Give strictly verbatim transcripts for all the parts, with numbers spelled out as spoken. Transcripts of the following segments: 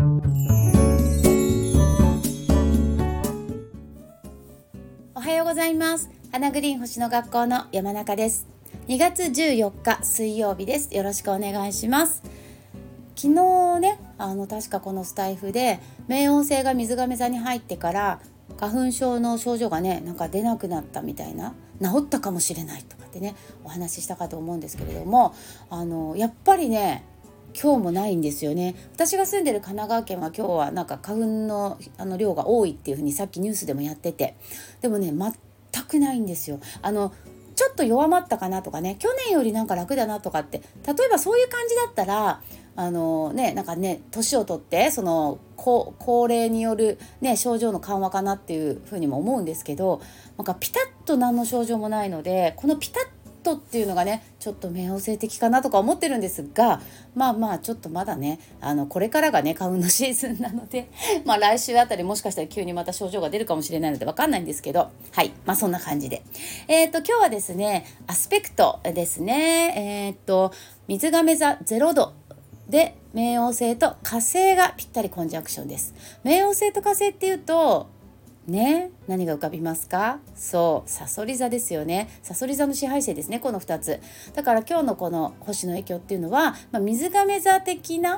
おはようございます。花グリーン星の学校の山中です。にがつじゅうよっか水曜日です。よろしくお願いします。昨日ね、あの確かこのスタイフで冥王星が水亀座に入ってから花粉症の症状がねなんか出なくなったみたいな、治ったかもしれないとかってねお話ししたかと思うんですけれども、あのやっぱりね今日もないんですよね。私が住んでる神奈川県は今日はなんか花粉の、あの量が多いっていうふうにさっきニュースでもやってて、でもね全くないんですよ。あのちょっと弱まったかなとかね、去年よりなんか楽だなとかって、例えばそういう感じだったらあのねなんかね年を取ってその高高齢によるね症状の緩和かなっていうふうにも思うんですけど、なんかピタッと何の症状もないので、このピタッとっていうのがねちょっと冥王星的かなとか思ってるんですが、まあまあちょっとまだねあのこれからがね花粉のシーズンなのでまあ来週あたりもしかしたら急にまた症状が出るかもしれないので分かんないんですけど、はいまあそんな感じで、えっと今日はですねアスペクトですね。えっと水亀座ゼロどで冥王星と火星がぴったりコンジャンクションです。冥王星と火星っていうとね、何が浮かびますか？そう、さそり座ですよね。さそり座の支配星ですね、このふたつ。だから今日のこの星の影響っていうのは、まあ、水亀座的な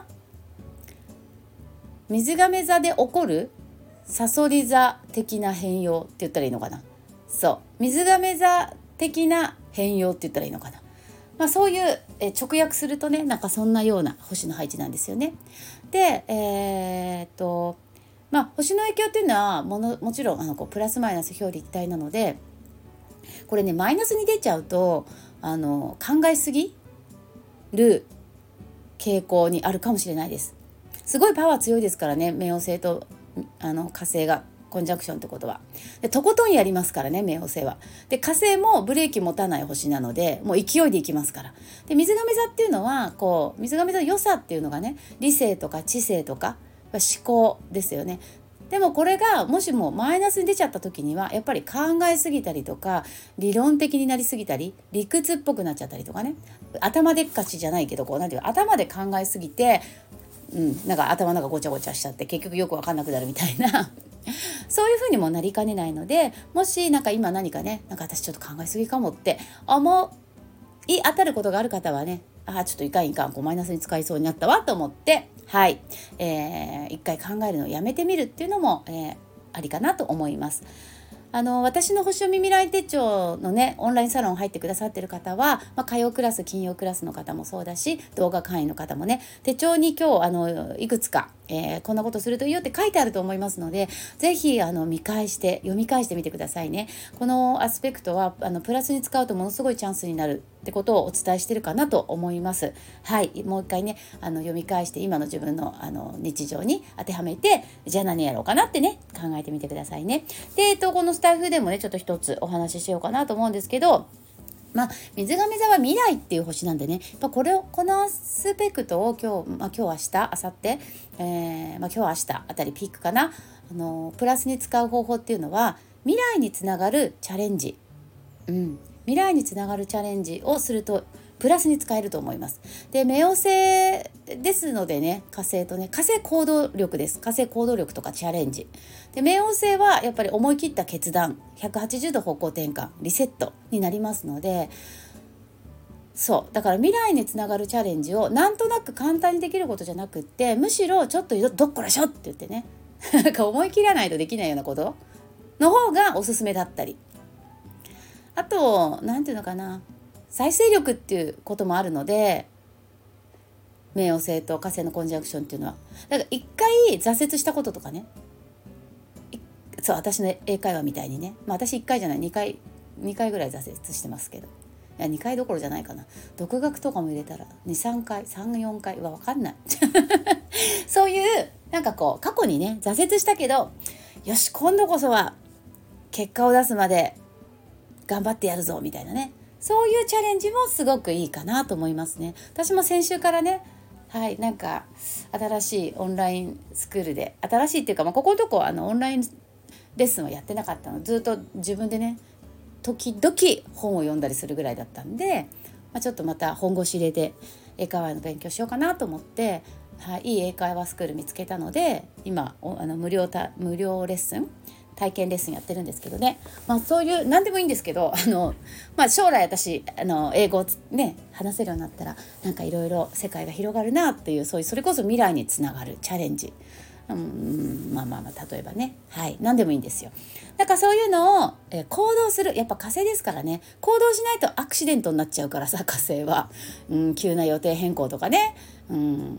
水亀座で起こるさそり座的な変容って言ったらいいのかな。そう水亀座的な変容って言ったらいいのかな。まあ、そういうえ直訳するとねなんかそんなような星の配置なんですよね。でえー、っとまあ、星の影響っていうのはものもちろんあのこうプラスマイナス表裏一体なので、これねマイナスに出ちゃうとあの考えすぎる傾向にあるかもしれないです。すごいパワー強いですからね、冥王星とあの火星がコンジャンクションってことはでとことんやりますからね、冥王星は。で火星もブレーキ持たない星なのでもう勢いでいきますから。で水亀座っていうのはこう水亀座の良さっていうのがね、理性とか知性とか思考ですよね。でもこれがもしもマイナスに出ちゃった時にはやっぱり考えすぎたりとか理論的になりすぎたり理屈っぽくなっちゃったりとかね、頭でっかちじゃないけどこうなんていうか頭で考えすぎて、うん、なんか頭の中ごちゃごちゃしちゃって結局よく分かんなくなるみたいなそういう風にもなりかねないので、もしなんか今何かねなんか私ちょっと考えすぎかもって思い当たることがある方はね、あちょっといかんいかんこうマイナスに使いそうになったわと思ってはい、えー、一回考えるのをやめてみるっていうのも、えー、ありかなと思います。あの私の星読み未来手帳のねオンラインサロン入ってくださってる方は、まあ、火曜クラス金曜クラスの方もそうだし動画会員の方もね手帳に今日あのいくつか、えー、こんなことするといいよって書いてあると思いますので、ぜひあの見返して読み返してみてくださいね。このアスペクトはあのプラスに使うとものすごいチャンスになるってことをお伝えしてるかなと思います。はいもう一回ねあの読み返して今の自分のあの日常に当てはめて、じゃあ何やろうかなってね考えてみてくださいね。で、えっと、このスタイフでもねちょっと一つお話ししようかなと思うんですけど、まあ、水亀座は未来っていう星なんでね、やっぱこれをこのアスペクトを今日、まあ、今日明日明後日、えーまあ、今日明日あたりピークかな、あのプラスに使う方法っていうのは未来につながるチャレンジ、うん、未来につながるチャレンジをするとプラスに使えると思います。で冥王星ですのでね、火星とね火星行動力です。火星行動力とかチャレンジで、冥王星はやっぱり思い切った決断、ひゃくはちじゅうど方向転換リセットになりますので、そうだから未来につながるチャレンジをなんとなく簡単にできることじゃなくって、むしろちょっとどっこらしょって言ってねなんか思い切らないとできないようなことの方がおすすめだったり、あとなんていうのかな、再生力っていうこともあるので、冥王星と火星のコンジャンクションっていうのはだから一回挫折したこととかね、そう私の英会話みたいにね、まあ、私いっかいじゃないにかいにかいぐらい挫折してますけど、いやにかいどころじゃないかな、独学とかも入れたらにさんかいさんよんかいは分かんないそういうなんかこう過去にね挫折したけど、よし今度こそは結果を出すまで頑張ってやるぞみたいなね、そういうチャレンジもすごくいいかなと思いますね。私も先週からね、はいなんか新しいオンラインスクールで、新しいっていうか、まあ、ここのとこあのオンラインレッスンはやってなかったの、ずっと自分でね時々本を読んだりするぐらいだったんで、まあ、ちょっとまた本腰入れて英会話の勉強しようかなと思って、 はい、いい英会話スクール見つけたので今あの無料た無料レッスン体験レッスンやってるんですけどね、まあ、そういう何でもいいんですけどあの、まあ、将来私あの英語をね話せるようになったらなんかいろいろ世界が広がるなっていう、そういうそれこそ未来につながるチャレンジ、うん、まあまあまあ例えばね、はい何でもいいんですよ。だからそういうのを、えー行動する、やっぱ火星ですからね、行動しないとアクシデントになっちゃうからさ、火星は、うん、急な予定変更とかね、うん、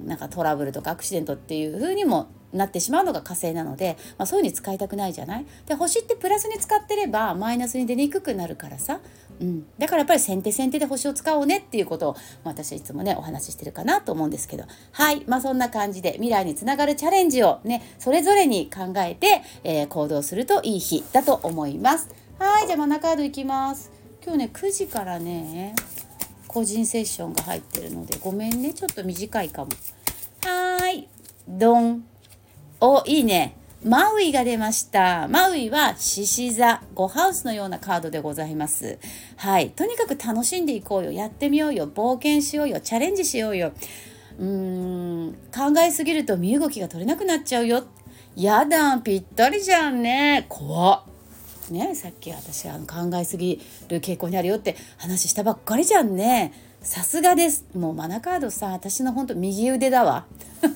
なんかトラブルとかアクシデントっていう風にもなってしまうのが火星なので、まあ、そういう風に使いたくないじゃない。で星ってプラスに使ってればマイナスに出にくくなるからさ、うん、だからやっぱり先手先手で星を使おうねっていうことを、まあ、私はいつもねお話ししてるかなと思うんですけど、はいまあそんな感じで未来につながるチャレンジをねそれぞれに考えて、えー行動するといい日だと思います。はい、じゃあマナカードいきます。今日ねくじからね個人セッションが入ってるのでごめんね、ちょっと短いかも。はーい、ドン。お、いいね。マウイが出ました。マウイは獅子座ごハウスのようなカードでございます。はい、とにかく楽しんでいこうよ、やってみようよ、冒険しようよ、チャレンジしようよ。うーん考えすぎると身動きが取れなくなっちゃうよ。やだ、ぴったりじゃんね。怖っね、さっき私あの考えすぎる傾向にあるよって話したばっかりじゃんね。さすがです。もうマナカードさ、私のほんと右腕だわ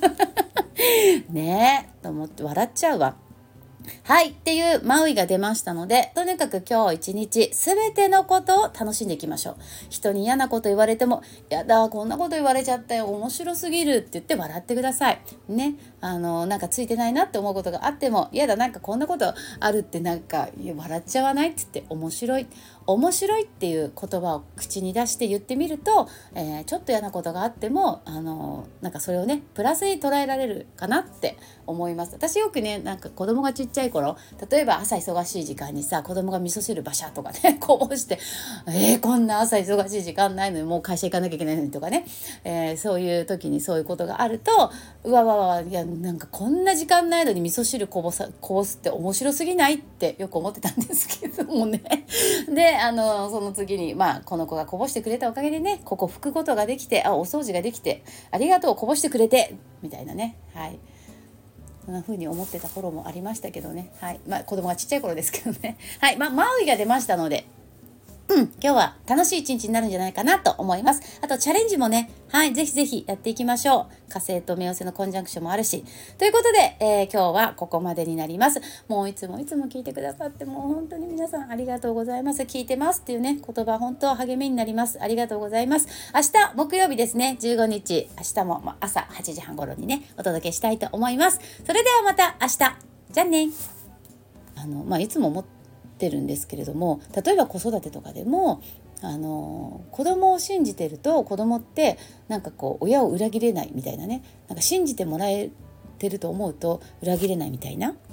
ねえと思って笑っちゃうわ。はいっていうマウイが出ましたので、とにかく今日一日全てのことを楽しんでいきましょう。人に嫌なこと言われても、やだこんなこと言われちゃったよ、面白すぎるって言って笑ってくださいね。あのなんかついてないなって思うことがあっても、やだなんかこんなことあるってなんかいや笑っちゃわないって言って、面白い面白いっていう言葉を口に出して言ってみると、えーちょっと嫌なことがあってもあのなんかそれをねプラスに捉えられるかなって思います。私よくねなんか子供がちっちゃい頃、例えば朝忙しい時間にさ子供が味噌汁バシャとかねこぼして、えー、こんな朝忙しい時間ないのにもう会社行かなきゃいけないのにとかね、えーそういう時にそういうことがあると、うわわわいやなんかこんな時間ないのに味噌汁こぼさこぼすって面白すぎないってよく思ってたんですけどもねであのその次に、まあ、この子がこぼしてくれたおかげでねここ拭くことができて、あお掃除ができてありがとうこぼしてくれてみたいなね、はいそんな風に思ってた頃もありましたけどね、はいまあ、子供がちっちゃい頃ですけどねはい、まあ、マウイが出ましたので、うん、今日は楽しい一日になるんじゃないかなと思います。あとチャレンジもね、はい、ぜひぜひやっていきましょう。火星と冥王星のコンジャンクションもあるし。ということで、えー今日はここまでになります。もういつもいつも聞いてくださってもう本当に皆さんありがとうございます。聞いてますっていうね、言葉本当励みになります。ありがとうございます。明日木曜日ですね、じゅうごにち、明日もまあ朝はちじはん頃にね、お届けしたいと思います。それではまた明日。じゃあね。あの、まあ、いつも思ってるんですけれども、例えば子育てとかでもあの子供を信じてると子供ってなんかこう親を裏切れないみたいなね、なんか信じてもらえてると思うと裏切れないみたいな、